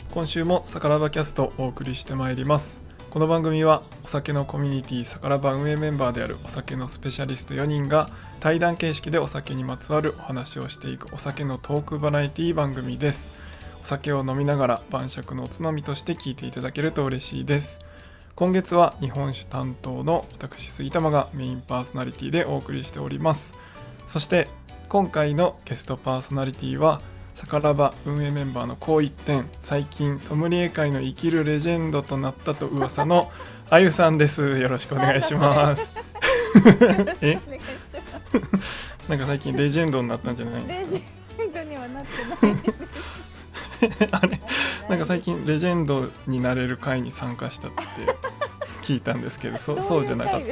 今週もサカラバキャストをお送りしてまいります。この番組はお酒のコミュニティサカラバ運営メンバーであるお酒のスペシャリスト4人が対談形式でお酒にまつわるお話をしていくお酒のトークバラエティ番組です。お酒を飲みながら晩酌のおつまみとして聞いていただけると嬉しいです。今月は日本酒担当の私杉玉がメインパーソナリティでお送りしております。そして今回のゲストパーソナリティはサカラバ運営メンバーのこう一点、最近ソムリエ界の生きるレジェンドとなったと噂のあゆさんです。よろしくお願いします。えなんか最近レジェンドになったんじゃないですか。 レジェンドにはなってないあれなんか最近レジェンドになれる会に参加したって聞いたんですけど、そうじゃなかった。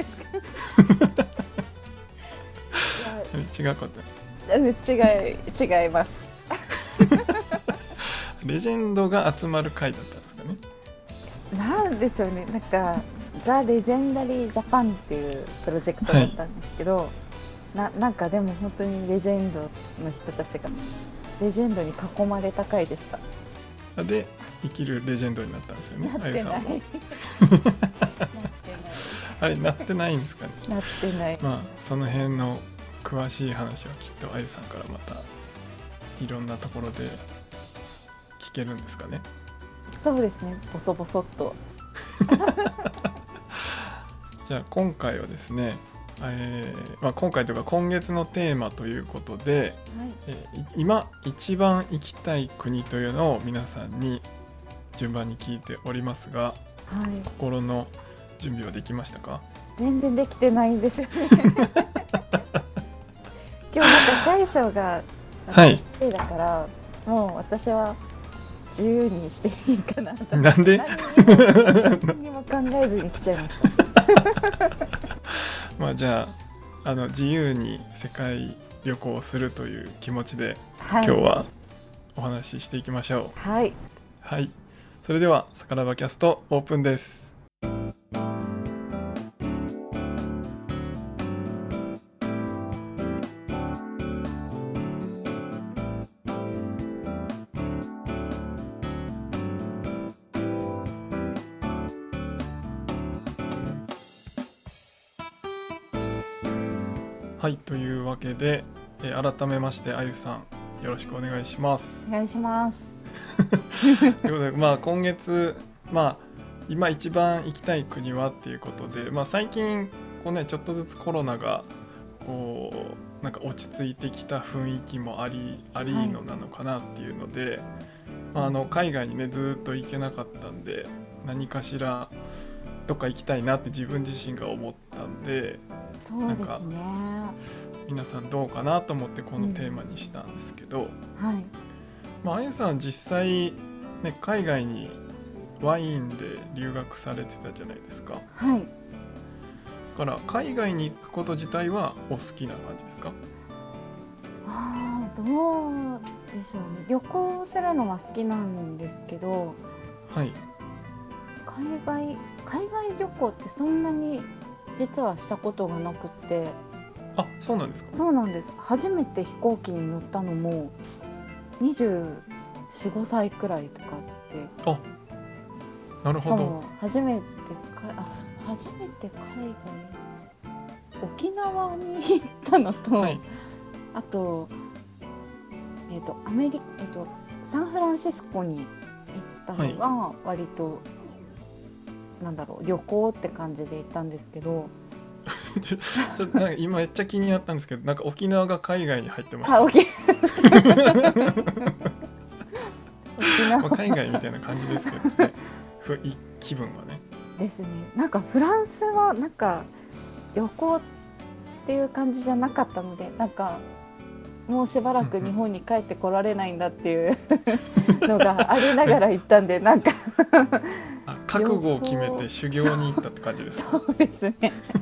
違かった。 違います。 レジェンドが集まる会だったんですかね。 なんでしょうね、なんかザ・レジェンダリー・ジャパンっていうプロジェクトだったんですけど、なんかでも本当にレジェンドの人たちがレジェンドに囲まれた会でした。 で生きるレジェンドになったんですよね。 なってない。 あれなってないんですかね。 なってない。 まあその辺の詳しい話はきっとあゆさんからまたいろんなところで聞けるんですかね。 そうですね、ボソボソっとじゃあ今回はですね、今回というか今月のテーマということで、今一番行きたい国というのを皆さんに順番に聞いておりますが、心の準備はできましたか？ 全然できてないんですよね今日なんか大将がだから、もう私は自由にしていいかなと。 なんで何にも考えずに来ちゃいましたまあじゃあ、自由に世界旅行をするという気持ちで、今日はお話ししていきましょう。はい、それではサカラバキャストオープンです。はい、というわけで、改めましてあゆさんよろしくお願いします。 お願いしますということで、今月、今一番行きたい国はっていうことで、最近こう、ちょっとずつコロナがこうなんか落ち着いてきた雰囲気もありのなのかなっていうので、海外にねずっと行けなかったんで、何かしらどっか行きたいなって自分自身が思ったんで、 そうですね、 皆さんどうかなと思ってこのテーマにしたんですけど、あゆさん実際、海外にワインで留学されてたじゃないですか。だから海外に行くこと自体はお好きな感じですか？ どうでしょうね、旅行するのは好きなんですけど、海外旅行ってそんなに実はしたことがなくて。 あ、そうなんですか？ そうなんです。初めて飛行機に乗ったのも24、5歳くらいとかって。 あ、なるほど。しかも初めて海外、沖縄に行ったのと、あとサンフランシスコに行ったのが割と、旅行って感じで行ったんですけどちょっとなんか今めっちゃ気になったんですけど、なんか沖縄が海外に入ってました。海外みたいな感じですけどね気分はね。 ですね。なんかフランスはなんか旅行っていう感じじゃなかったので、なんかもうしばらく日本に帰ってこられないんだっていうのがありながら行ったんで、なんか覚悟を決めて修行に行ったって感じですか？ そうですね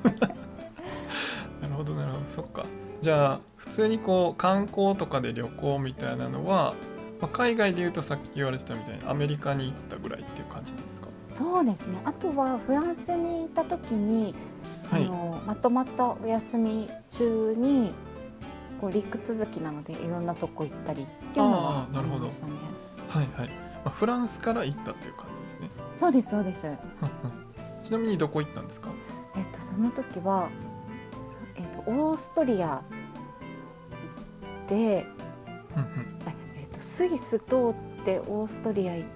なるほど、そっか。じゃあ普通にこう観光とかで旅行みたいなのは、海外でいうとさっき言われてたみたいにアメリカに行ったぐらいっていう感じなんですか？ そうですね。あとはフランスにいた時に、まとまったお休み中にこう陸続きなのでいろんなとこ行ったりっていうのはありましたね。 はいはい、フランスから行ったっていう感じですね。 そうですそうです。 ちなみにどこ行ったんですか？ その時は、オーストリアで、スイス通ってオーストリア行って、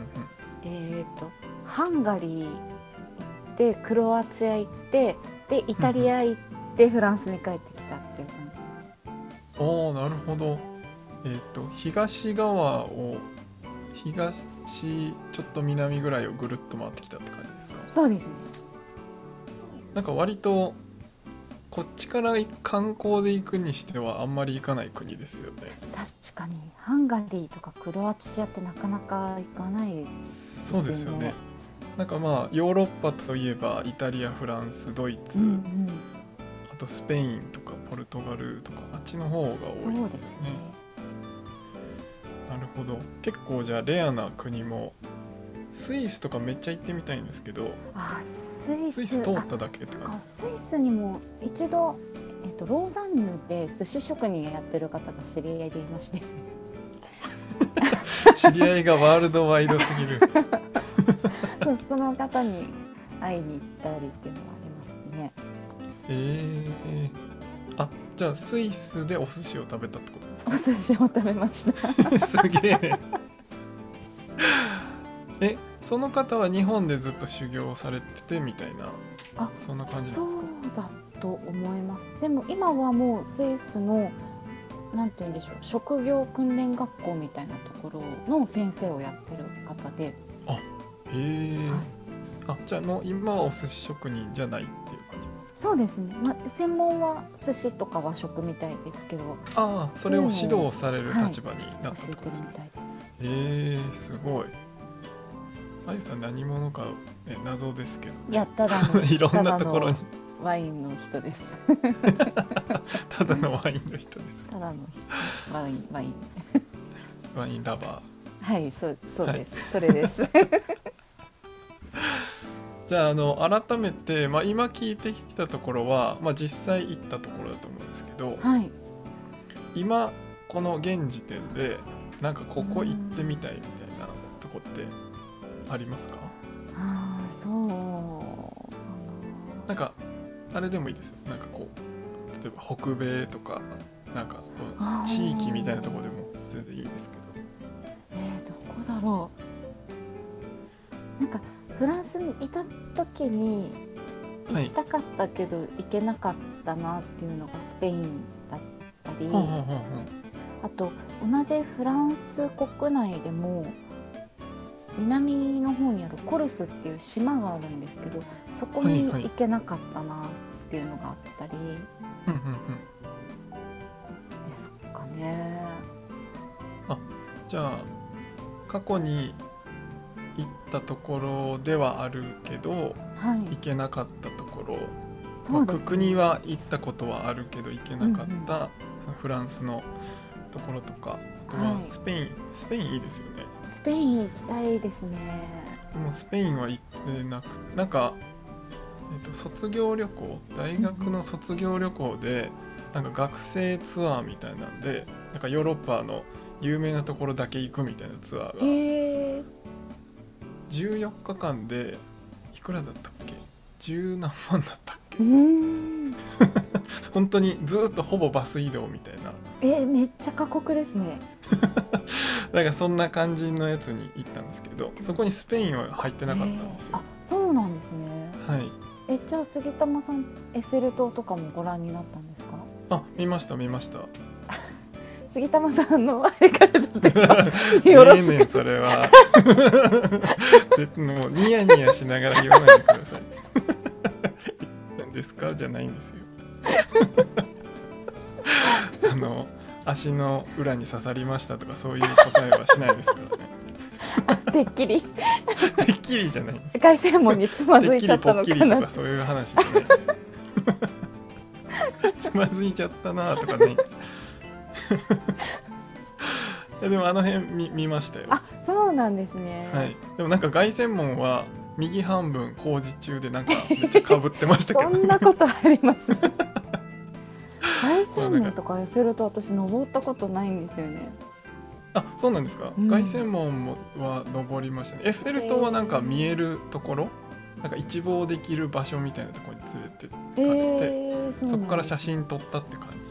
ハンガリー行ってクロアチア行ってでイタリア行ってフランスに帰ってきたっていう感じ。 おー、なるほど。東側を東ちょっと南ぐらいをぐるっと回ってきたって感じですか？ そうですね。 なんか割とこっちから観光で行くにしてはあんまり行かない国ですよね。 確かにハンガリーとかクロアチアってなかなか行かないですよね。 そうですよね。なんかまあヨーロッパといえばイタリア、フランス、ドイツ、あとスペインとかポルトガルとかあっちの方が多いですね。 そうですね。 なるほど。結構じゃあレアな国もスイスとかめっちゃ行ってみたいんですけど。スイス通っただけって感じ。 スイスにも一度、ローザンヌで寿司職人やってる方が知り合いでいまして知り合いがワールドワイドすぎるその方に会いに行ったりっていうのはありますね。 じゃあスイスでお寿司を食べたってことですか？ お寿司を食べましたすげえ。その方は日本でずっと修行されててみたいな、そんな感じなんですか？ そうだと思います。でも今はもうスイスのなんて言うんでしょう、職業訓練学校みたいなところの先生をやってる方で。 じゃあ今はお寿司職人じゃないっていう感じですか？ そうですね、専門は寿司とか和食みたいですけど、 それを指導される立場になったってことですね。 教えてるみたいです。 すごい。あゆさん何者か、謎ですけど、 いやただのいろんなところにワインの人ですただのワインの人です。 ただのワインワインラバー。はい、そうです、それですじゃあ、改めて、今聞いてきたところは、実際行ったところだと思うんですけど、今この現時点でなんかここ行ってみたいみたいなとこってありますか？なんかあれでもいいですよ。なんかこう例えば北米とかなんかこう地域みたいなところでも全然いいですけど。 どこだろう。なんかフランスにいた時に行きたかったけど行けなかったなっていうのがスペインだったり、あと同じフランス国内でも南の方にあるコルスっていう島があるんですけど、そこに行けなかったなっていうのがあったりですかね。 じゃあ過去に行ったところではあるけど、行けなかったところ、国は行ったことはあるけど行けなかった、フランスのところとか、あとはスペインいいですよね。 スペイン行きたいですね。 もうスペインは行ってなく、なんか、卒業旅行、大学の卒業旅行でなんか学生ツアーみたいなんで、なんかヨーロッパの有名なところだけ行くみたいなツアーが14日間でいくらだったっけ、10何万だったっけ本当にずっとほぼバス移動みたいな。 めっちゃ過酷ですねなんかそんな感じのやつに行ったんですけど、そこにスペインは入ってなかったんですよ。 そうなんですね。じゃあ杉玉さんエッフェル塔とかもご覧になったんですか？ 見ました杉玉さんのあれからだってよろしくそれはもうニヤニヤしながら言わないでください何ですかじゃないんですよ足の裏に刺さりましたとかそういう答えはしないですからねてっきりてっきりじゃないんです。 凱旋門につまずいちゃったのかな。 てっきりぽっきりとかそういう話じゃないですつまずいちゃったなとかないですでもあの辺 見ましたよ。 そうなんですね。 でもなんか凱旋門は右半分工事中でなんかめっちゃかぶってましたけどそんなことあります凱旋門とかエッフェル塔私登ったことないんですよね。 あ、そうなんですか。凱旋門は登りましたね。エッフェル塔はなんか見えるところ、なんか一望できる場所みたいなところに連れて行かれて、そこから写真撮ったって感じ。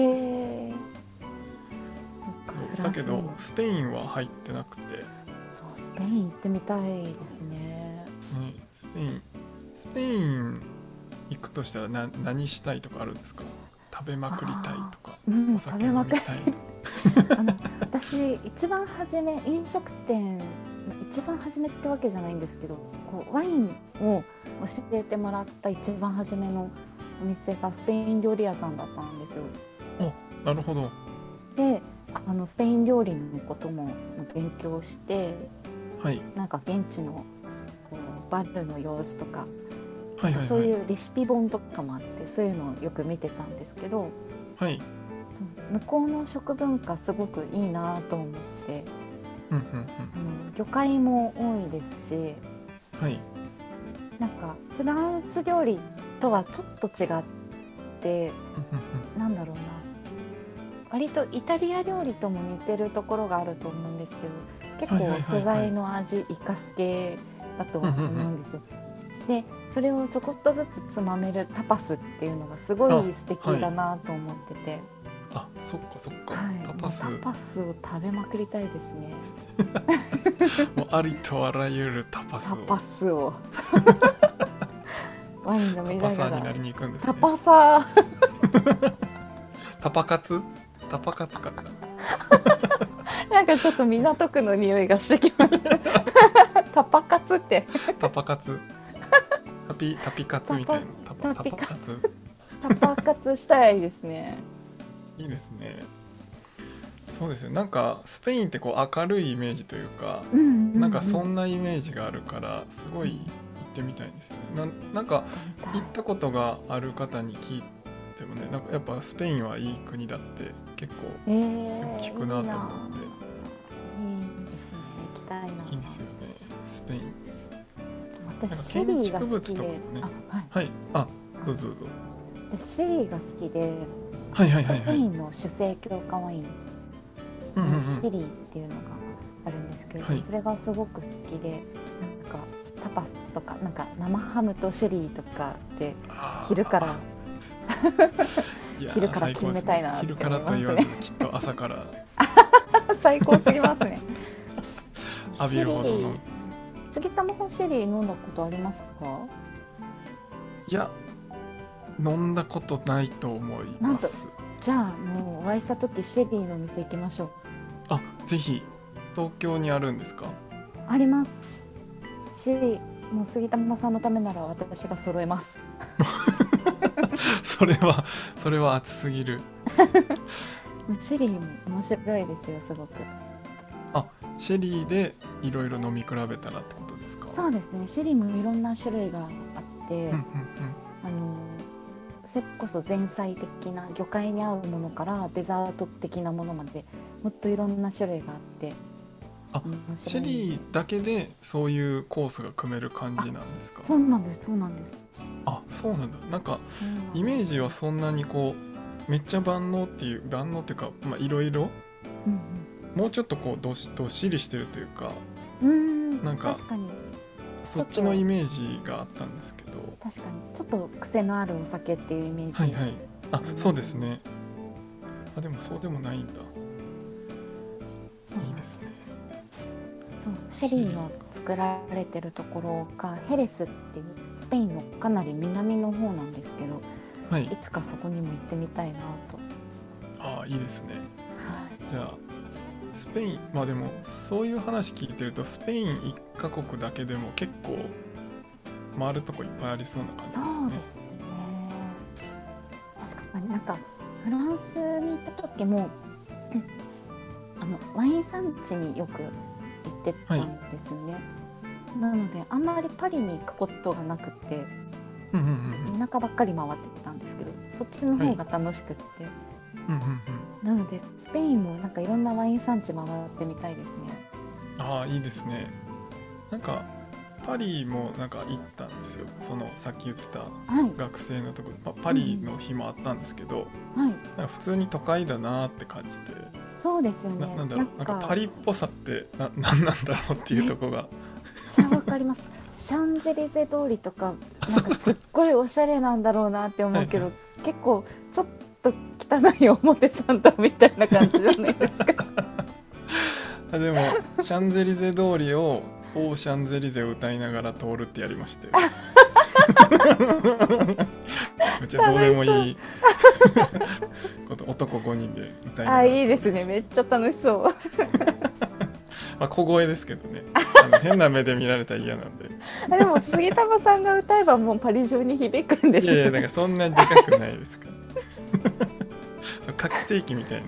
そうだけどスペインは入ってなくて。 そう、スペイン行ってみたいですね。 スペイン行くとしたら何したいとかあるんですか？食べまくりたいとか、お酒飲みたい私一番初め飲食店一番初めってわけじゃないんですけど、こうワインを教えてもらった一番初めのお店がスペイン料理屋さんだったんですよ。 なるほど。 でスペイン料理のことも勉強して、 はい、 なんか現地のこうバルの様子とか、 はいはいはい、 そういうレシピ本とかもあって、そういうのをよく見てたんですけど、 はい、 向こうの食文化すごくいいなと思って、魚介も多いですし、 はい、 なんかフランス料理とはちょっと違って、なんだろうな、割とイタリア料理とも似てるところがあると思うんですけど、結構素材の味生かす系だと思うんですよ。でそれをちょこっとずつつまめるタパスっていうのがすごい素敵だなと思ってて、 あ、そっかそっか、 はい、 タパスを食べまくりたいですね。 もうありとあらゆるタパスをワイン飲みながらタパサーになりに行くんですね。 タパサータパカツかなんかちょっと港区の匂いがしてきますタパカツってタパカツタピカツみたいなタパカツタパカツしたいですね。 いいですね。そうですよ。なんかスペインってこう明るいイメージというか、なんかそんなイメージがあるからすごい行ってみたいんですよね。なんか行ったことがある方に聞いてもね、なんかやっぱスペインはいい国だって結構聞くなと思って、 いいですね、行きたいな。 いいですよね、スペイン。 私シェリーが好きで、 ね、はい、あ、どうぞ。 私シェリーが好きで、スペインの主成強化ワイン、シェリーっていうのがあるんですけど、それがすごく好きで、なんかタパスとかなんか生ハムとシェリーとかで昼から決めたいなって思いますね。 昼からと言わずきっと朝から最高すぎますね。 浴びるほどの。 杉玉さん、シェリー飲んだことありますか？ いや、飲んだことないと思います。 じゃあもうお会いした時シェリーの店行きましょう。 あ、ぜひ。東京にあるんですか？ あります。シェリー、もう杉玉さんのためなら私が揃えますそれは熱すぎるシェリーも面白いですよ、すごく。 あ、シェリーでいろいろ飲み比べたらってことですか？ そうですね、シェリーもいろんな種類があって、それこそ前菜的な魚介に合うものからデザート的なものまでもっといろんな種類があって、 シェリーだけでそういうコースが組める感じなんですか？ そうなんです。 あ、そうなんだ。なんかイメージはそんなにこうめっちゃ万能っていうか、いろいろもうちょっとこうどっしりしてるというか、なんか確かにそっちのイメージがあったんですけど、 確かにちょっと癖のあるお酒っていうイメージ、 あ、そうですね。あ、でもそうでもないんだ。いいですね。 シェリーの作られてるところがヘレスっていうスペインのかなり南の方なんですけど、いつかそこにも行ってみたいなと。 あ、いいですね。じゃあスペイン、でもそういう話聞いてるとスペイン1カ国だけでも結構回るとこいっぱいありそうな感じですね。 そうですね。確かになんかフランスに行った時もワイン産地によく行ってたんですよね。なのであんまりパリに行くことがなくて、田舎ばっかり回ってたんですけど、そっちの方が楽しくって、なのでスペインもなんかいろんなワイン産地回ってみたいですね。 ああ、いいですね。なんかパリもなんか行ったんですよ。そのさっき言ってた学生のところ、パリの日もあったんですけど、なんか普通に都会だなって感じで、 そうですよね。 なんだろう、なんかパリっぽさってなんなんだろうっていうところがめっちゃわかります。シャンゼリゼ通りとかなんかすっごいおしゃれなんだろうなって思うけど、 はい結構ちょっと汚い表参道みたいな感じじゃないですか。 でもシャンゼリゼ通りをオーシャンゼリゼを歌いながら通るってやりましたよ。めっちゃどうでもいいこと男5人で歌いながら。 いいですね。めっちゃ楽しそう。 まあ小声ですけどね、変な目で見られたら嫌なんで。 でも杉玉さんが歌えばもうパリ中に響くんですよ。 いやいや、なんかそんなにでかくないですから。拡声器みたい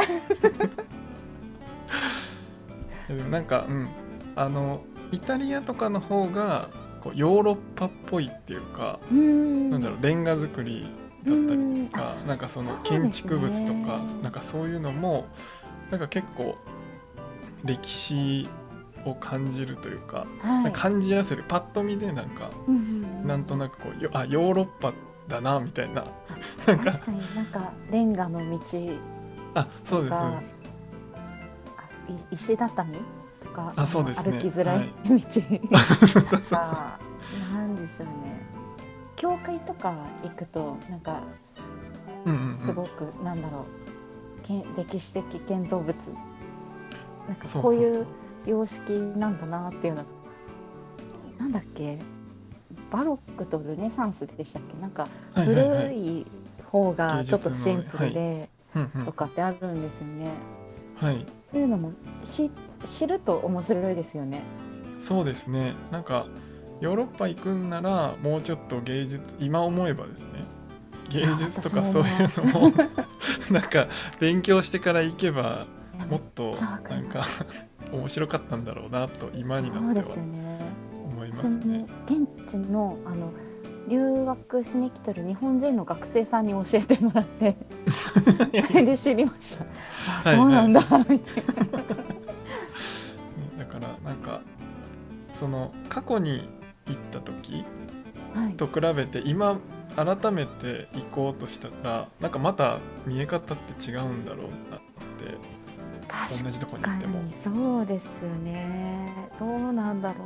な。でもなんか、イタリアとかの方がこうヨーロッパっぽいっていうか、なんだろう、レンガ造りだったりとか、なんかその建築物とか、なんかそういうのもなんか結構歴史を感じるというか、 はい、 感じやすい、パッと見でなんか、なんとなくこうヨーロッパだなみたいな。 確かになんかレンガの道とか、 そうですそうです。 石畳とか、 そうですね、 歩きづらい道、なんでしょうね。教会とか行くとなんかすごくなんだろう、歴史的建造物なんかこういう様式なんだなっていうの、なんだっけ、バロックとルネサンスでしたっけ、なんか古い方がちょっとシンプルでとかってあるんですよね。 はい、 そういうのも知ると面白いですよね。 そうですね。なんかヨーロッパ行くんならもうちょっと芸術、今思えばですね、芸術とかそういうのをなんか勉強してから行けばもっとなんか面白かったんだろうなと今になっては思いますね。 現地の留学しに来てる日本人の学生さんに教えてもらってそれで知りました。そうなんだみたいな。 だからなんかその過去に行った時と比べて今改めて行こうとしたらなんかまた見え方って違うんだろうなって、同じとこに行っても。 そうですよね。どうなんだろ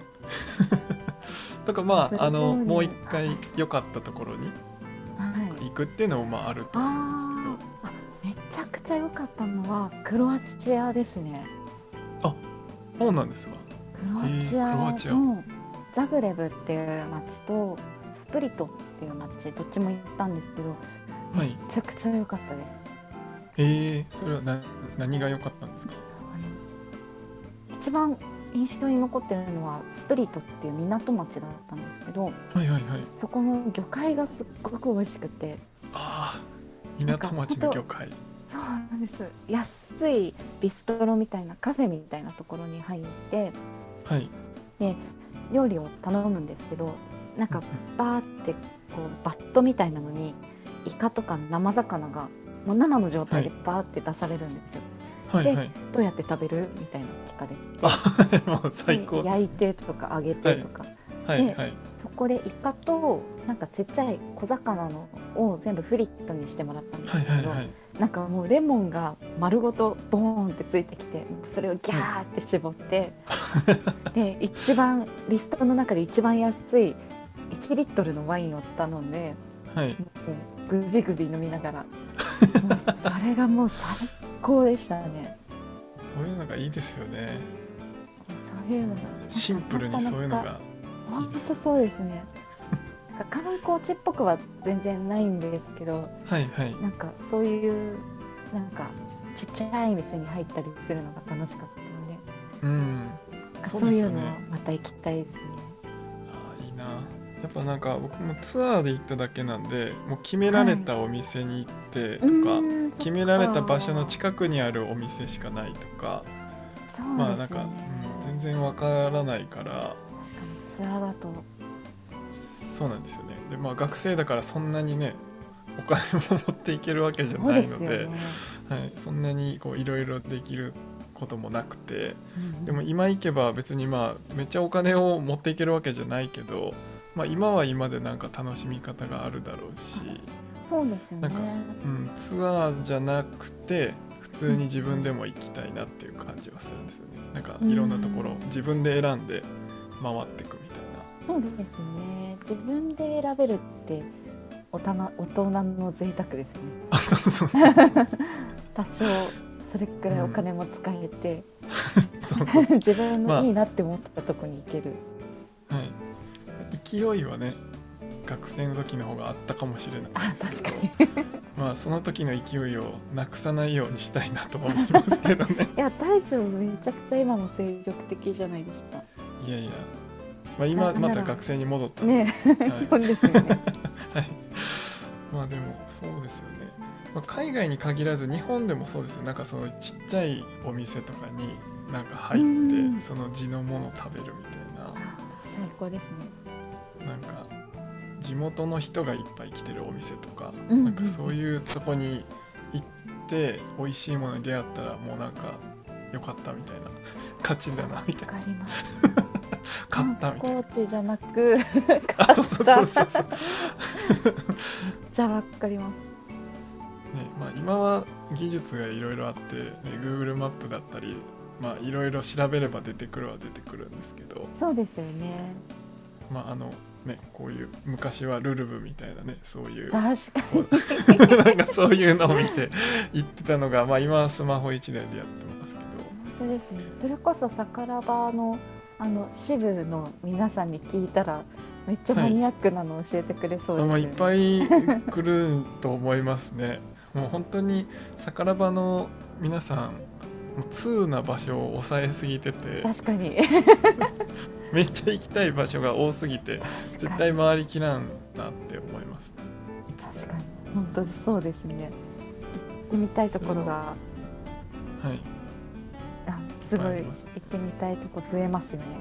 う。とかまあもう一回良かったところに行くっていうのもあると思うんですけど、 めちゃくちゃ良かったのはクロアチアですね。 そうなんですわ。 クロアチアのザグレブっていう街とスプリトっていう街、どっちも行ったんですけど、めちゃくちゃ良かったです。 それは何が良かったんですか？ 一番印象に残ってるのはスプリトっていう港町だったんですけど、そこの魚介がすっごく美味しくて、 港町の魚介、 そうなんです。安いビストロみたいなカフェみたいなところに入って、で料理を頼むんですけど、なんかバーってこうバットみたいなのにイカとか生魚がもう生の状態でバーって出されるんですよ。でどうやって食べるみたいな聞かれて、 もう最高です。 焼いてとか揚げてとか、でそこでイカとなんかちっちゃい小魚のを全部フリットにしてもらったんですけど、なんかもうレモンが丸ごとボーンってついてきて、それをギャーって絞って、で一番リストの中で一番安い1リットルのワインを頼んで、もうグビグビ飲みながらそれがもう最高でしたね。 そういうのがいいですよね。 そういうのがシンプルにそういうのが本当そうですね。観光地っぽくは全然ないんですけど、なんかそういうなんかちっちゃい店に入ったりするのが楽しかったので、そういうのをまた行きたいですね。 いいな。やっぱなんか僕もツアーで行っただけなんで、もう決められたお店に行ってとか、決められた場所の近くにあるお店しかないとか、まあなんか、全然わからないから。確かにツアーだとそうなんですよね。で学生だからそんなにねお金も持っていけるわけじゃないので、そんなにいろいろできることもなくて、でも今行けば別にめっちゃお金を持っていけるわけじゃないけど、今は今でなんか楽しみ方があるだろうし、 そうですよね。 なんか、ツアーじゃなくて普通に自分でも行きたいなっていう感じはするんですよね。なんかいろんなところ自分で選んで回っていくみたいな。 そうですね。自分で選べるって大人の贅沢ですよね。 あ、そうそう多少それくらいお金も使えて、 そうそう自分のいいなって思ったとこに行ける、 はい、勢いはね学生の時の方があったかもしれないですけど、 確かにまあその時の勢いをなくさないようにしたいなとは思いますけどねいや大将めちゃくちゃ今も精力的じゃないですか。 いやいや、まあ、今また学生に戻ったね、 はい、 そうですよねはい、まあでもそうですよね、まあ、海外に限らず日本でもそうですよ。なんかそのちっちゃいお店とかになんか入ってその地のものを食べるみたいな、 最高ですね。 なんか地元の人がいっぱい来てるお店とか、 なんかそういうとこに行って美味しいものに出会ったらもうなんか良かったみたいな価値だなみたいな。 わかります。 買ったみたいな。 コーチじゃなくあ、そうそうそうそうそう。 めっちゃわかります。 ね、まあ今は技術がいろいろあって、ね、Google マップだったり、まあいろいろ調べれば出てくるは出てくるんですけど、 そうですよね。 まあね、こういう昔はルルブみたいなね、そういう確かになんかそういうのを見て言ってたのが、まあ今はスマホ1台でやってますけど。 本当ですね。それこそ桜庭の支部の皆さんに聞いたらめっちゃマニアックなの教えてくれそうですね。 まあ、いっぱい来ると思いますね。もう本当に桜庭の皆さんもう通な場所を抑えすぎてて、 確かにめっちゃ行きたい場所が多すぎて絶対回りきらんなって思います、ね、 確かに本当にそうですね。行ってみたいところが、 はい、 すごい行ってみたいとこ増えますよね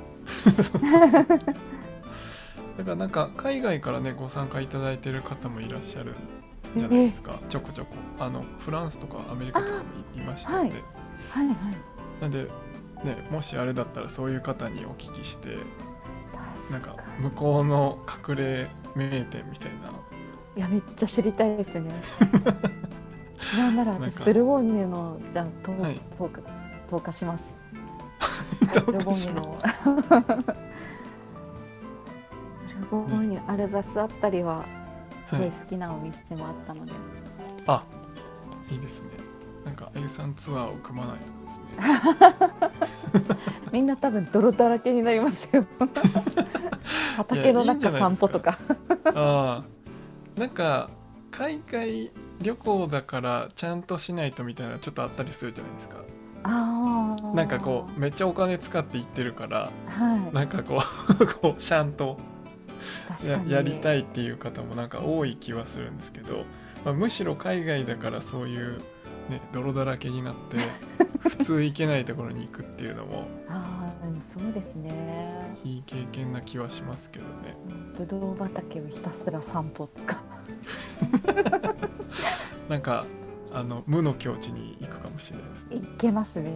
だからなんか海外からねご参加いただいている方もいらっしゃるじゃないですか。ちょこちょこフランスとかアメリカとかもいましたので、 はいはい、 なんで、ね、もしあれだったらそういう方にお聞きしてなんか向こうの隠れ名店みたいな。 いやめっちゃ知りたいですねなんなら私ブルゴーニュのじゃあ投下しますブルゴーニュのブルゴーニュ、アルザスあたりはすごい好きなお店もあったので、 あ、いいですね。なんか A さんツアーを組まないとですねみんな多分泥だらけになりますよ畑の中散歩とかああ、なんか海外旅行だからちゃんとしないとみたいなちょっとあったりするじゃないですか。なんかこうめっちゃお金使って行ってるから、 はい、 なんかこうちゃんと やりたいっていう方もなんか多い気はするんですけど、まあ、むしろ海外だからそういうね、泥だらけになって普通行けないところに行くっていうのもそうですね、 いい経験な気はしますけどね。 ぶどう畑をひたすら散歩とかなんか無の境地に行くかもしれないですね。 行けますね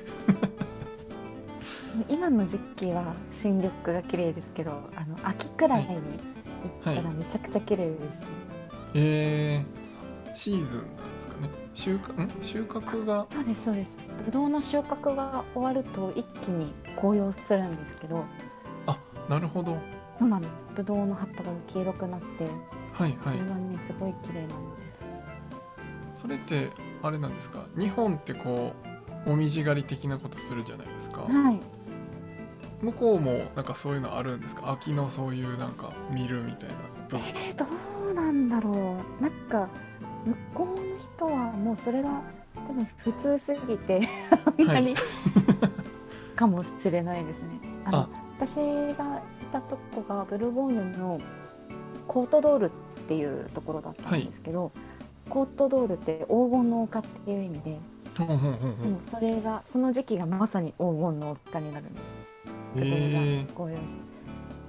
今の時期は新緑が綺麗ですけど秋くらいに行ったらめちゃくちゃ綺麗ですね、 シーズンなんですかね。収穫がそうですそうです。ぶどうの収穫が終わると一気に紅葉するんですけど。 あ、なるほど。 そうなんです。ぶどうの葉っぱが黄色くなって、 はいはい、 それがねすごい綺麗なんです。 それってあれなんですか。日本ってこうもみじ狩り的なことするじゃないですか。 はい。 向こうもなんかそういうのあるんですか。秋のそういうなんか見るみたいな。 どうなんだろう。なんか向こうの人はもうそれが多分普通すぎてあんまり、かもしれないですね。私がいたとこがブルゴーニュのコートドールっていうところだったんですけど、コートドールって黄金の丘っていう意味で、その時期がまさに黄金の丘になるんです。ぶどうが紅葉して、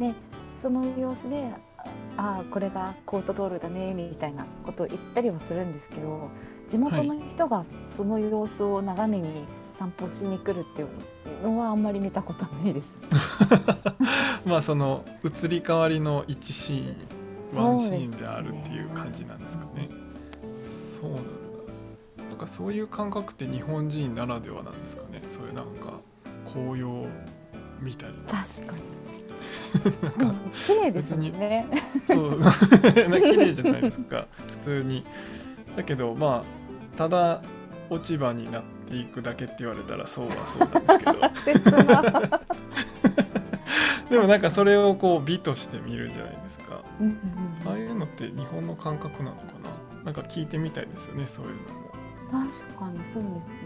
でその様子でこれがコートドールだねみたいなことを言ったりはするんですけど、地元の人がその様子を眺めに散歩しに来るっていうのはあんまり見たことないですまあその移り変わりの1シーンワンシーンであるっていう感じなんですかね。そうなんだ。 とかそういう感覚って日本人ならではなんですかね。そういうなんか紅葉見たり確かになんか綺麗ですよね。 そう綺麗じゃないですか普通に。だけどまあただ落ち葉になっていくだけって言われたらそうはそうなんですけど切なでもなんかそれをこう美として見るじゃないですか。 うんうんああいうのって日本の感覚なのかな。なんか聞いてみたいですよね、そういうのも。 確かにそうですね。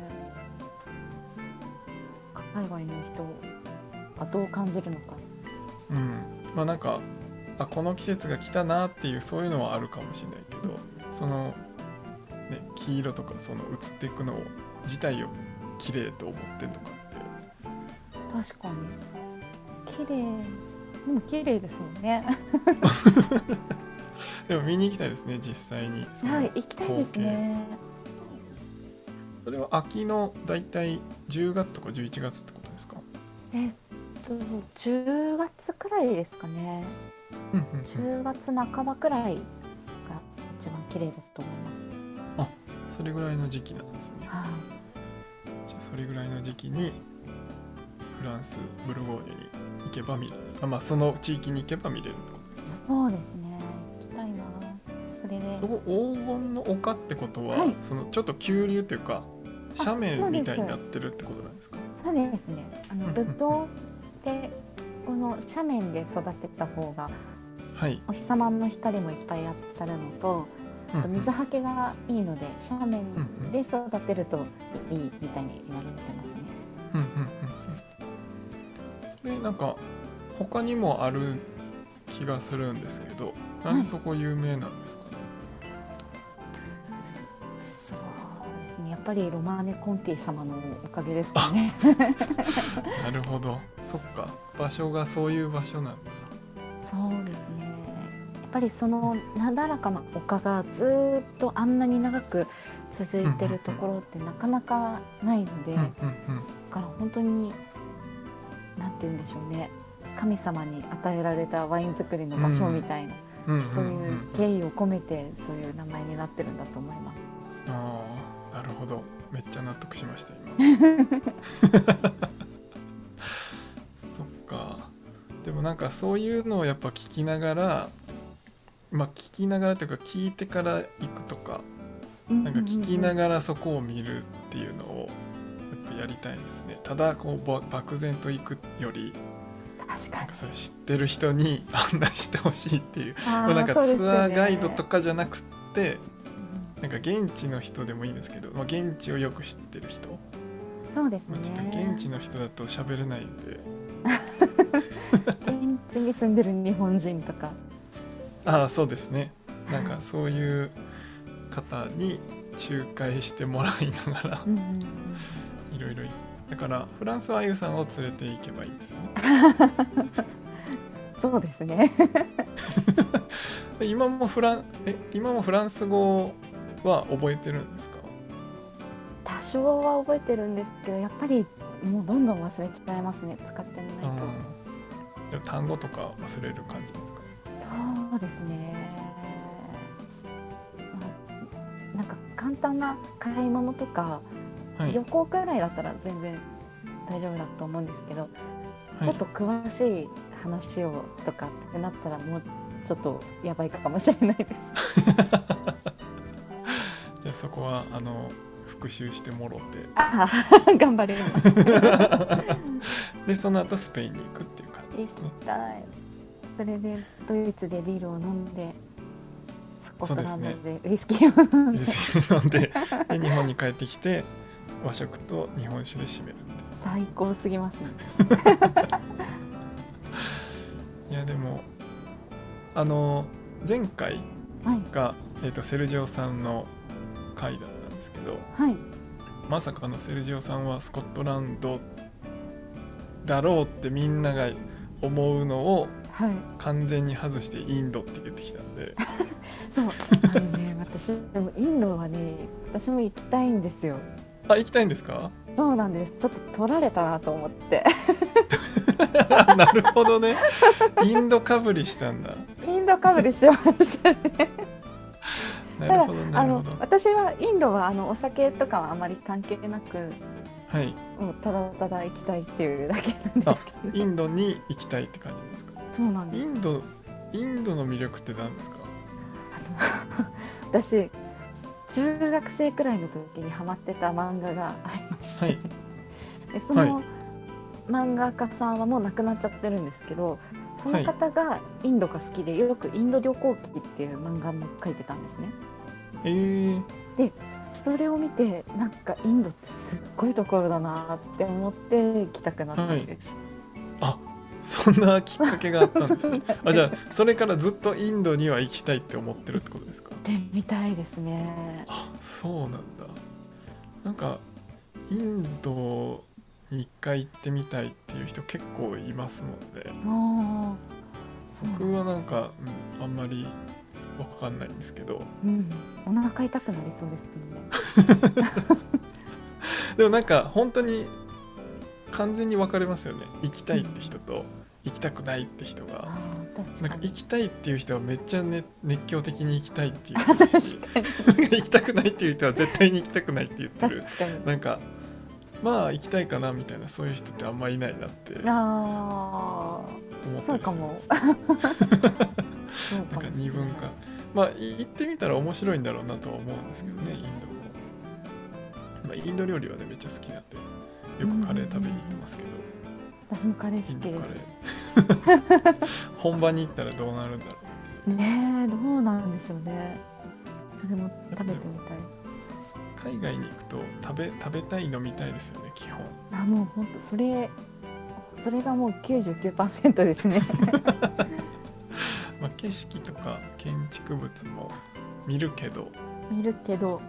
海外の人はどう感じるのか。 まあなんかこの季節が来たなっていうそういうのはあるかもしれないけど、そのね黄色とかその移っていくのを自体を綺麗と思ってんのかって。 確かに綺麗。でも綺麗ですもんね。 でも見に行きたいですね実際に。 はい行きたいですね。 それは秋のだいたい10月とか11月ってことですか。 10月くらいですかね。10月半ばくらいが一番綺麗だと思います。 それぐらいの時期なんですね。 はい、 じゃあそれぐらいの時期にフランスブルゴーニュに行けば見れる。まあその地域に行けば見れるってことですね。 そうですね。行きたいな。それでそこ黄金の丘ってことは、 はい、 そのちょっと急流というか斜面みたいになってるってことなんですか。 そうですね。ブドウでこの斜面で育てた方が、 はい、 お日様の光もいっぱい当たるのと、あと水はけがいいので斜面で育てるといいみたいに言われてますね。 それなんか他にもある気がするんですけど、なんでそこ有名なんですかね。 そうですね。やっぱりロマーネ・コンティ様のおかげですかね。 なるほど、そっか、場所がそういう場所なんだ。 そうですね。やっぱりそのなだらかな丘がずっとあんなに長く続いてるところってなかなかないので、だから本当になんて言うんでしょうね、神様に与えられたワイン作りの場所みたいな、そういう敬意を込めてそういう名前になってるんだと思います。 ああ、なるほど、めっちゃ納得しました今。そっか。でもなんかそういうのをやっぱ聞きながら、聞きながらというか聞いてから行くとか、なんか聞きながらそこを見るっていうのをやっぱやりたいですね。ただこう漠然と行くより、 確かになんかそれ知ってる人に案内してほしいっていう、なんかツアそうですよね。 ーガイドとかじゃなくってなんか現地の人でもいいんですけど、現地をよく知ってる人、 そうですね。 ちょっと現地の人だと喋れないんで現地に住んでる日本人とか、 そうですね。なんかそういう方に仲介してもらいながらいろいろ、だからフランスはあゆさんを連れて行けばいいんですよね。 そうですね。 今もフランス語は覚えてるんですか。 多少は覚えてるんですけど、やっぱりもうどんどん忘れちゃいますね、使ってないと。 でも単語とか忘れる感じですか。 そうですね。なんか簡単な買い物とか、旅行くらいだったら全然大丈夫だと思うんですけど、ちょっと詳しい話をとかってなったらもうちょっとやばいかもしれないです。 じゃあそこは復習してもろて頑張りますでその後スペインに行くっていう感じですね。 それでドイツでビールを飲んで、スコットランドでウイスキーを飲んでで日本に帰ってきて和食と日本酒で締める。 最高すぎますね。 いやでも前回が、セルジオさんの回だったんですけど、まさかセルジオさんはスコットランドだろうってみんなが思うのを完全に外してインドって言ってきたんでそうね、私でもインドはね、私も行きたいんですよ。 行きたいんですか。 そうなんです。ちょっと取られたなと思ってなるほどね。インドかぶりしたんだ。 インドかぶりしてましたね。 なただるほどなるほど。 私はインドはお酒とかはあまり関係なく、 はい。 もうただただ行きたいっていうだけなんであ、 すけど。 インドに行きたいって感じですか？ そうなんです。 インドの魅力って何ですか？ 私中学生くらいの時にハマってた漫画がありまして、 はいでそはいの漫画家さんはもう亡くなっちゃってるんですけど、そのはい。 方がインドが好きでよくインド旅行記っていう漫画も書いてたんですね。 ー、 でそれを見てなんかインドってすっごいところだなって思って行きたくなったはい。 んです。 あ、そんなきっかけがあったんですね。あ、じゃあそれからずっとインドには行きたいって思ってるってことですか？ 行ってみたいですね。 あ、そうなんだ。なんかインドに一回行ってみたいっていう人結構いますもんね。 ああ、そうなん僕はなんか、あんまりわかんないんですけど、 うん、お腹痛くなりそうですよね。 でもなんか本当に完全に分かれますよね。行きたいって人と行きたくないって人が。 ああ、確なんかかに。 行きたいっていう人はめっちゃ、ね、熱狂的に行きたいって言確ってるし、 かに。 行きたくないっていう人は絶対に行きたくないって言ってる。 確かに。 なんかまあ行きたいかなみたいな、そういう人ってあんまいないなって思ああ、 ったりそうかも。 するんです。 そうなんかかもしれない。 二分化。まあ行ってみたら面白いんだろうなとは思うんですけどね、インドも。まあ、インド料理はねめっちゃ好きなんでよくカレー食べに行ってますけど、 私もカレーインド好きでカレー本場に行ったらどうなるんだろす。ねえ、どうなんでしょうね。それも食べてみたい。 う。海外に行くと食べたい飲みたいですよね基本。 あ、もう本当それがもう99%ですね。 まあ、景色とか建築物も見るけど見るけど、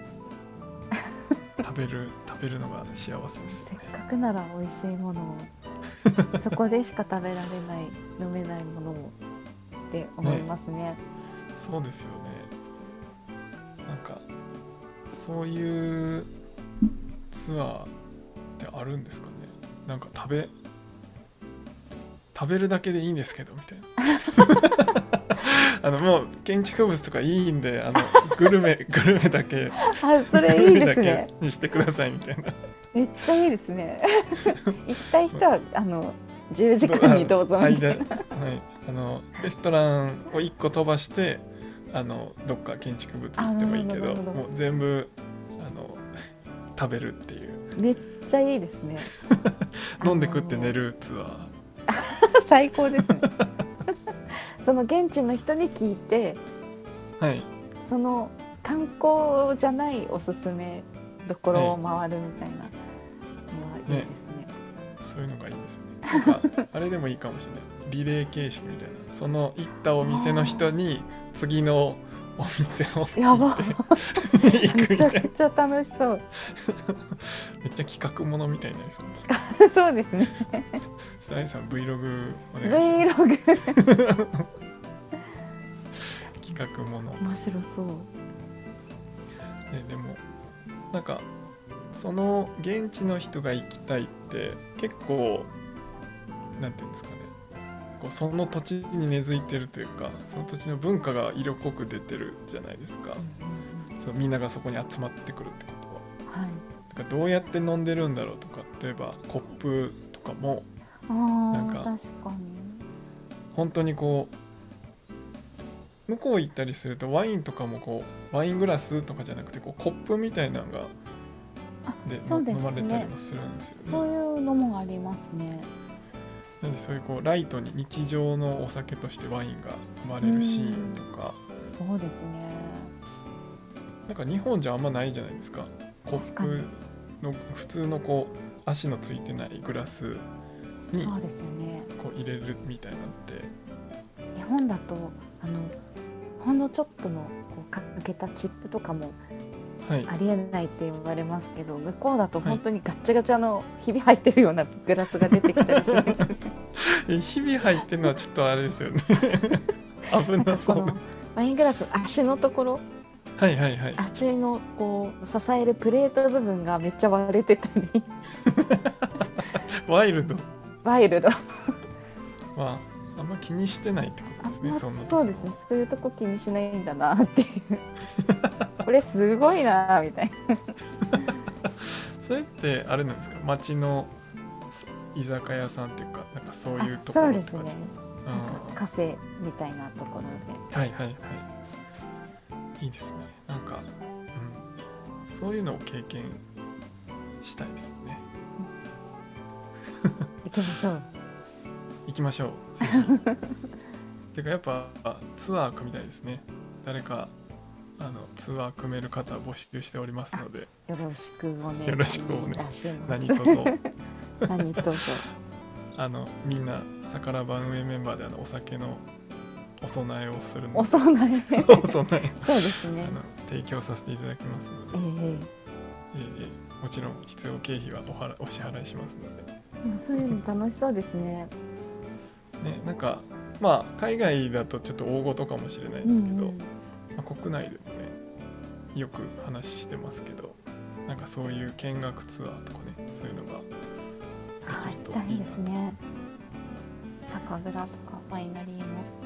食べるのが幸せですせっね。 かくなら美味しいものをそこでしか食べられない飲めないものをって思いますね。 そうですよね。なんかそういうツアーってあるんですかね。なんか食べるだけでいいんですけどみたいな。もう建築物とかいいんでグルメだけあ、それいいですね。 にしてくださいみたいな。 めっちゃいいですね。行きたい人は自由時間にどうぞみたいな。 はい、レストランを1個飛ばしてどっか建築物行ってもいいけど、もう全部食べるっていう。 めっちゃいいですね。 飲んで食って寝るツアー。 最高ですね。その現地の人に聞いて、 はい、 その観光じゃないおすすめどころを回るみたいなのはいいですね。 そういうのがいいですね。なんかあれでもいいかもしれない。リレー形式みたいな。その行ったお店の人に次のお店をやば行くめみたいな。 ちゃくちゃ楽しそう。 めっちゃ企画ものみたいになりそう。 そうですね。 あいさん Vlog お願いします。 Vlog 企画もの。 面白そう。 でもなんかその現地の人が行きたいって結構なんていうんですかね、こうその土地に根付いてるというか、その土地の文化が色濃く出てるじゃないですか。そうみんながそこに集まってくるってことは、 はい。 だからどうやって飲んでるんだろうとか、例えばコップとかもなんか確かに。 本当にこう向こう行ったりするとワインとかもこうワイングラスとかじゃなくてこうコップみたいなのがでそうで飲まれすね。 たりもするんですよね。 そういうのもありますね。 なんでそういうこうライトに日常のお酒としてワインが生まれるシーンとか、 そうですね。 なんか日本じゃあんまないじゃないですか。コップの普通のこう足のついてないグラスにそうですよね。 こう入れるみたいなのって日本だとほんのちょっとのこうかけたチップとかもはいありえないって言われますけど、向こうだと本当にガッチャガチャのひび入ってるようなグラスが出てきたりするんですよ。 日々入ってるのはちょっとあれですよね。危なんなそうな。 かこのワイングラス足のところ、 はいはいはい。 足のこう支えるプレート部分がめっちゃ割れてたりワイルド。 ワイルド。 まああんま気にしてないってことですね。 まあそんなそうですね、そういうとこ気にしないんだなっていうこれすごいなみたいな。 それってあれなんですか、町の居酒屋さんっていうか、なんかそういうところってそうですね、 感じですか。 なんかカフェみたいなところで。 はいはいはい、いいですね。なんか、うん、そういうのを経験したいですね。 行きましょう。 行きましょう、ぜひてかやっぱツアー組みたいですね。誰かツアー組める方募集しておりますので、 よろしくお願いよろしくお願いいたします。 何卒何卒みんなさからば運営メンバーでお酒のお供えをするのお供えお供えそうですね。 提供させていただきますので、もちろん必要経費はお支払いしますので、 でもそういうの楽しそうですね。 ね、なんかまあ海外だとちょっと大事かもしれないですけど、まあ、国内でもねよく話してますけど、なんかそういう見学ツアーとかね、そういうのが行きたいですね。酒蔵とかワイナリーも、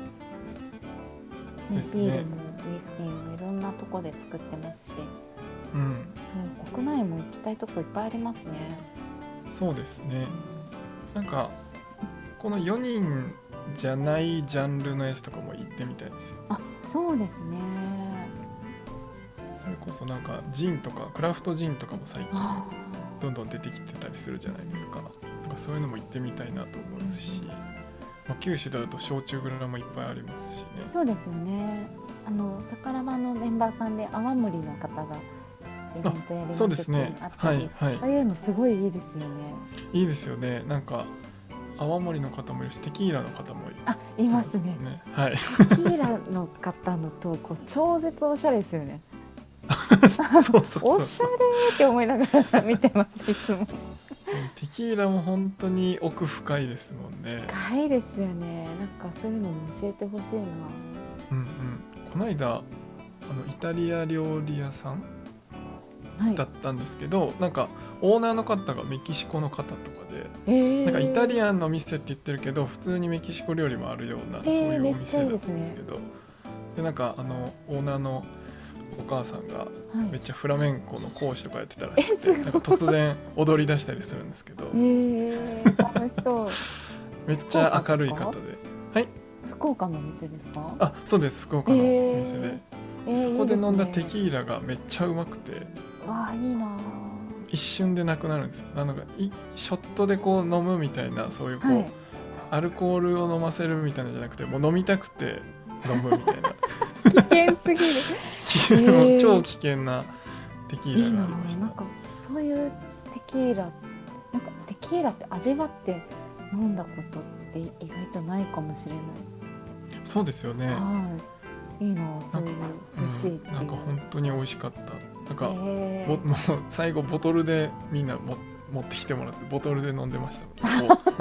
ね、 ですね、 ビールもウイスキーもいろんなとこで作ってますし、 うん、 そう国内も行きたいとこいっぱいありますね。 そうですね。なんかこの4人じゃないジャンルのやつとかも行ってみたいですよ。 あ、そうですね。 それこそなんかジンとかクラフトジンとかも最近あどんどん出てきてたりするじゃないですか。なんかそういうのも行ってみたいなと思うし、まあ、九州だと焼酎蔵もいっぱいありますしね。 そうですよね。さからばのメンバーさんで泡盛の方がイベントやりますそうですね、 あったり、 はいはい、 ああいうのすごいいいですよね。 いいですよね。なんか泡盛の方もいるし、テキーラの方もいますね。 はい、 テキーラの方の投稿超絶おしゃれですよね。 そうそうおしゃれって思いながら見てますいつも。 テキーラも本当に奥深いですもんね。 深いですよね。なんかそういうのも教えてほしいな。 うんうん。この間イタリア料理屋さんだったんですけど、なんかオーナーの方がメキシコの方とかで、なんかイタリアンの店って言ってるけど普通にメキシコ料理もあるような、そういうお店だったんですけど、でなんかオーナーのお母さんがめっちゃフラメンコの講師とかやってたらしくて、なんか突然踊り出したりするんですけど、 楽しそう。 めっちゃ明るい方で。はい、 福岡のお店ですか？ あ、そうです、福岡のお店で、そこで飲んだテキーラがめっちゃうまくて、 わあ、いいな。 一瞬でなくなるんですよ。なんかショットでこう飲むみたいな、そういうこう、アルコールを飲ませるみたいなじゃなくて、もう飲みたくて飲むみたいな危険すぎる超危険なテキーラがありました。 なんかそういうテキーラ、なんかテキーラって味わって飲んだことって意外とないかもしれない。 そうですよね。 いいな、そういう美味しいっていう。 なんか本当に美味しかった。なんか、もう最後ボトルでみんな持ってきてもらってボトルで飲んでました。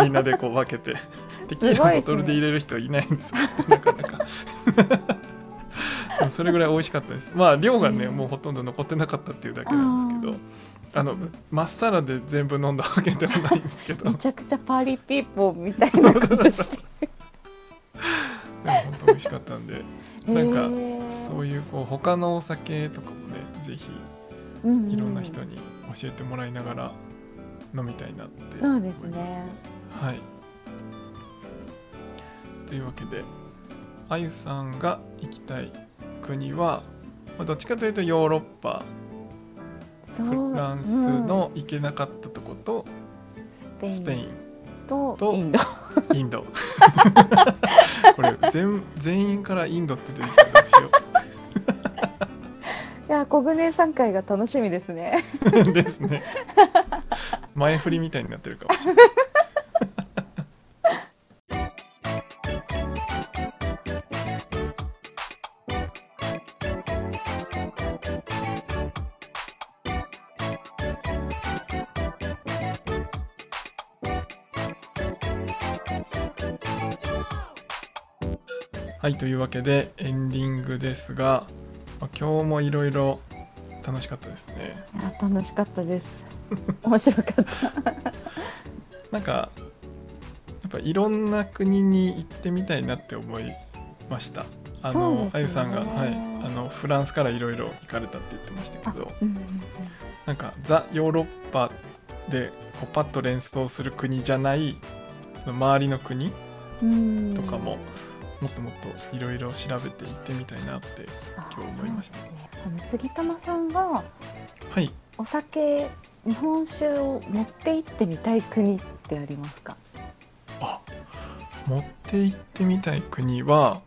みんなでこう分けてテキーラボトルで入れる人はいないんですよ、なかなかそれぐらい美味しかったです。まあ量がね、もうほとんど残ってなかったっていうだけなんですけど、まっさらで全部飲んだわけではないんですけどめちゃくちゃパーリーピーポーみたいなことしてでも本当美味しかったんで、なんかそういうこう他のお酒とかもね、ぜひいろんな人に教えてもらいながら飲みたいなって思いますね。 そうですね。 はい。というわけで、あゆさんが行きたい国は、どっちかというとヨーロッパ、フランスの行けなかったとことスペインとインドインドこれ全員からインドって出てきたらどうしよういや、小舟3回が楽しみですねですね。前振りみたいになってるかもしれない。はい、というわけでエンディングですが、今日もいろいろ楽しかったですね。 いや、楽しかったです面白かったなんかやぱいろんな国に行ってみたいなって思いました。 そうですね。 あゆさんが、フランスからいろいろ行かれたって言ってましたけど、なんかザ・ヨーロッパでこうパッと連想する国じゃないその周りの国とかももっともっといろいろ調べて行ってみたいなって今日思いました。 杉玉さんがはい、 お酒、日本酒を持って行ってみたい国ってありますか？ 持って行ってみたい国は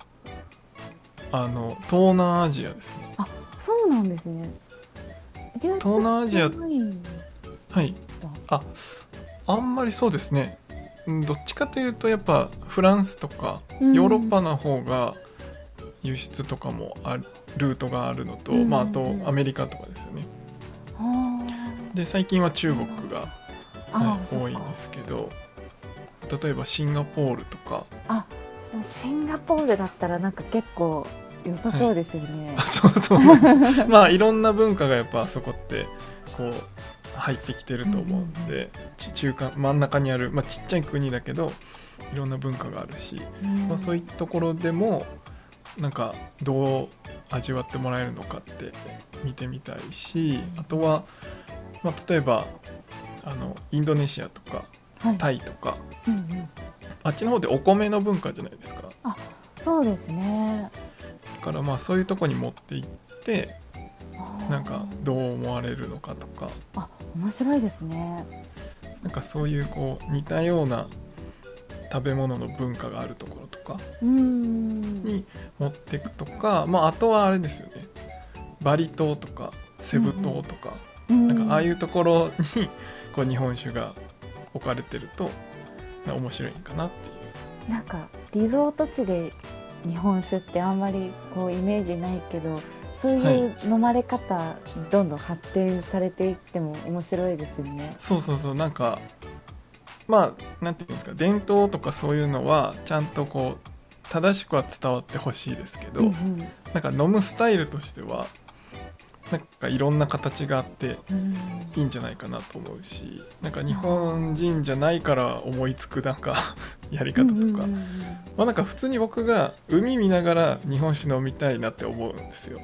東南アジアですね。 そうなんですね。 東南アジア、はい、あんまりそうですね。どっちかというとやっぱフランスとかヨーロッパの方が輸出とかもルートがあるのと、あとアメリカとかですよね。で最近は中国が、多いんですけど、例えばシンガポールとか。 シンガポールだったらなんか結構良さそうですよね。 そうなんですまあいろんな文化がやっぱあそこってこう入ってきてると思うんで、中間真ん中にある、ちっちゃい国だけどいろんな文化があるし、そういったところでもなんかどう味わってもらえるのかって見てみたいし、あとは、例えばインドネシアとか、タイとか、あっちの方でお米の文化じゃないですか。 そうですね。 だからそういうとこに持って行ってなんかどう思われるのかとか。 面白いですね。 なんかそういうこう似たような食べ物の文化があるところとかに持っていくとか、あとはあれですよね、バリ島とかセブ島とか、なんかああいうところにこう日本酒が置かれてると面白いかなっていう。 なんかリゾート地で日本酒ってあんまりこうイメージないけど、そういう飲まれ方どんどん発展されていっても面白いですよね。 そうなんかなんていうんですか、伝統とかそういうのはちゃんとこう正しくは伝わってほしいですけど、なんか飲むスタイルとしてはなんかいろんな形があっていいんじゃないかなと思うし、なんか日本人じゃないから思いつくなんかやり方とか、なんか普通に僕が海見ながら日本酒飲みたいなって思うんですよ。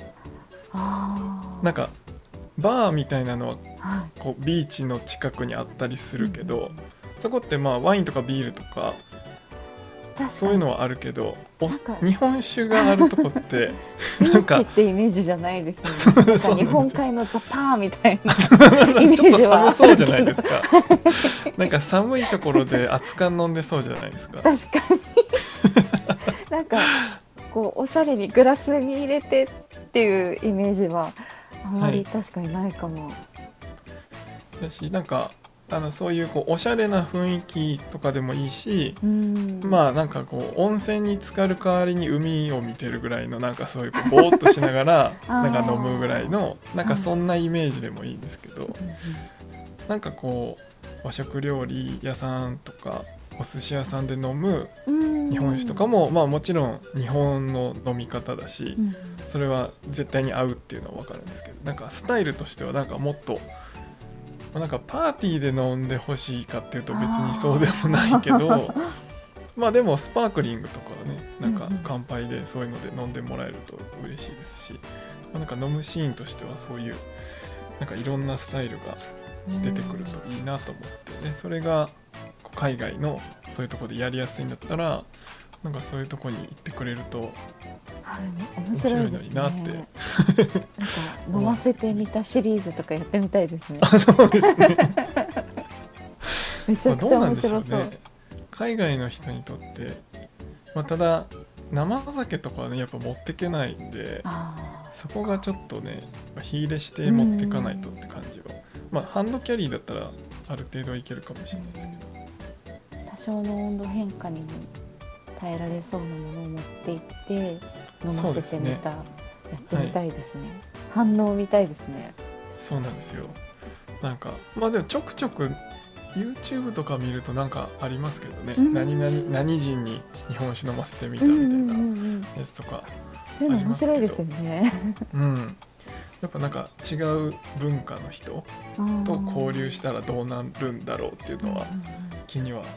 なんかバーみたいなのはこうビーチの近くにあったりするけど、そこってワインとかビールとかそういうのはあるけど、日本酒があるとこってなんかビーチってイメージじゃないですね。なんか日本海のザパーみたいなイメージはちょっと寒そうじゃないですかなんか寒いところで熱燗飲んでそうじゃないですか。 確かになんかこうおしゃれにグラスに入れてっていうイメージはあんまり確かにないかも。 だしなんかそういうおしゃれな雰囲気とかでもいいし、なんかこう温泉に浸かる代わりに海を見てるぐらいのなんかそういうぼーっとしながらなんか飲むぐらいのなんかそんなイメージでもいいんですけど、なんかこう和食料理屋さんとかお寿司屋さんで飲む日本酒とかももちろん日本の飲み方だし、それは絶対に合うっていうのは分かるんですけど、なんかスタイルとしてはなんかもっとなんかパーティーで飲んでほしいかっていうと別にそうでもないけどでもスパークリングとかはね、なんか乾杯でそういうので飲んでもらえると嬉しいですし、なんか飲むシーンとしてはそういうなんかいろんなスタイルが出てくるといいなと思って、でそれが海外のそういうところでやりやすいんだったらなんかそういうところに行ってくれると面白いのになって、なんか飲ませてみたシリーズとかやってみたいですね。 そうですねめちゃくちゃ面白そう。 海外の人にとって、ただ生酒とかはねやっぱ持ってけないんで、そこがちょっとね火入れして持ってかないとって感じは、ハンドキャリーだったらある程度いけるかもしれないですけど、 多少の温度変化にも耐えられそうなものを持っていって飲ませてみた、やってみたいですね。反応見たいですね。 そうなんですよ。なんかでもちょくちょく YouTube とか見るとなんかありますけどね、何人に日本酒飲ませてみたみたいなやつとかそういうの面白いですよねやっぱなんか違う文化の人と交流したらどうなるんだろうっていうのは気にはなります。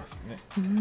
ますね。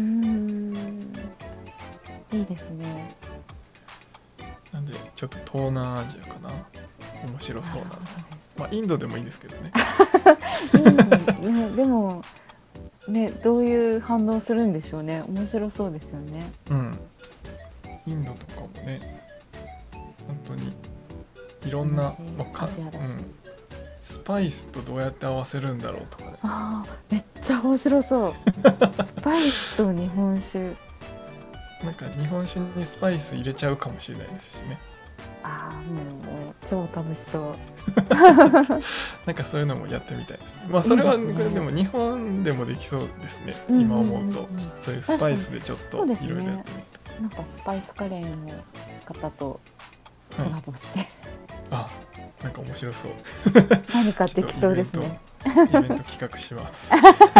いいですね。 なんでちょっと東南アジアかな、面白そうなの。まあインドでもいいですけどね。 いいね。でもね、どういう反応するんでしょうね。面白そうですよね。 うん。インドとかもね、本当にいろんな、 アジアだし、 スパイスとどうやって合わせるんだろうとかね。 めっちゃ面白そう。スパイスと日本酒。 なんか日本酒にスパイス入れちゃうかもしれないですしね。 もう超楽しそう。 なんかそういうのもやってみたいですね。まあそれはいいですね。 でも日本でもできそうですね。 うんうんうん今思うとそういうスパイスでちょっといろいろやってみた。 なんかスパイスカレーの方とコラボして、 なんか面白そう。 何かできそうですね。 イベント企画します。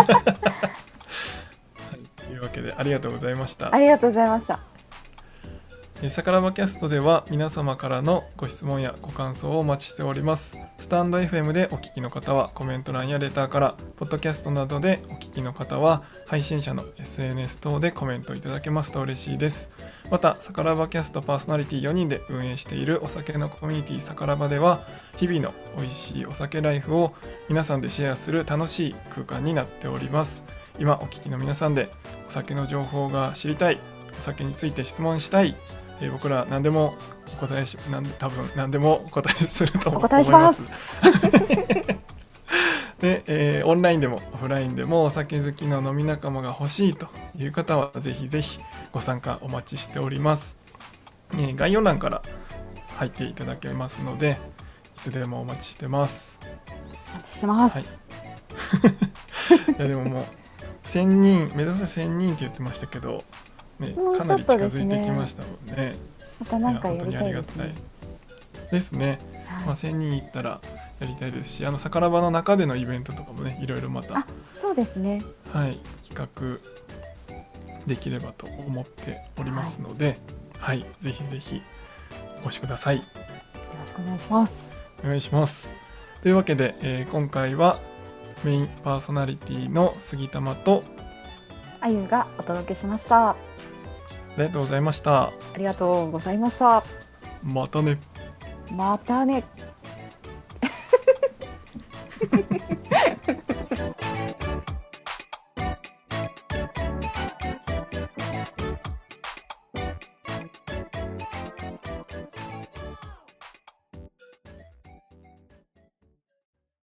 というわけでありがとうございました。 ありがとうございました。 さからばキャストでは皆様からのご質問やご感想をお待ちしております。スタンド FM でお聞きの方はコメント欄やレターから、ポッドキャストなどでお聞きの方は配信者の SNS 等でコメントいただけますと嬉しいです。またさからばキャストパーソナリティ4人で運営しているお酒のコミュニティさからばでは、日々の美味しいお酒ライフを皆さんでシェアする楽しい空間になっております。今お聞きの皆さんでお酒の情報が知りたい、お酒について質問したい、僕ら何でもお答えし、多分何でもお答えすると思います。お答えします。で、オンラインでもオフラインでもお酒好きの飲み仲間が欲しいという方はぜひぜひご参加お待ちしております。概要欄から入っていただけますので、いつでもお待ちしてます。 お待ちしてます。 いやでももう1000人目指せ1000人って言ってましたけど、かなり近づいてきましたもんね。 また何かやりたいですね。1000人いったらやりたいですし、さからばの中でのイベントとかもね、いろいろまたそうですね、 企画できればと思っておりますので、ぜひぜひお越しください。よろしくお願いします。 お願いします。というわけで、今回はメインパーソナリティの杉玉とあゆがお届けしました。 ありがとうございました。 ありがとうございました。 またね。 またね。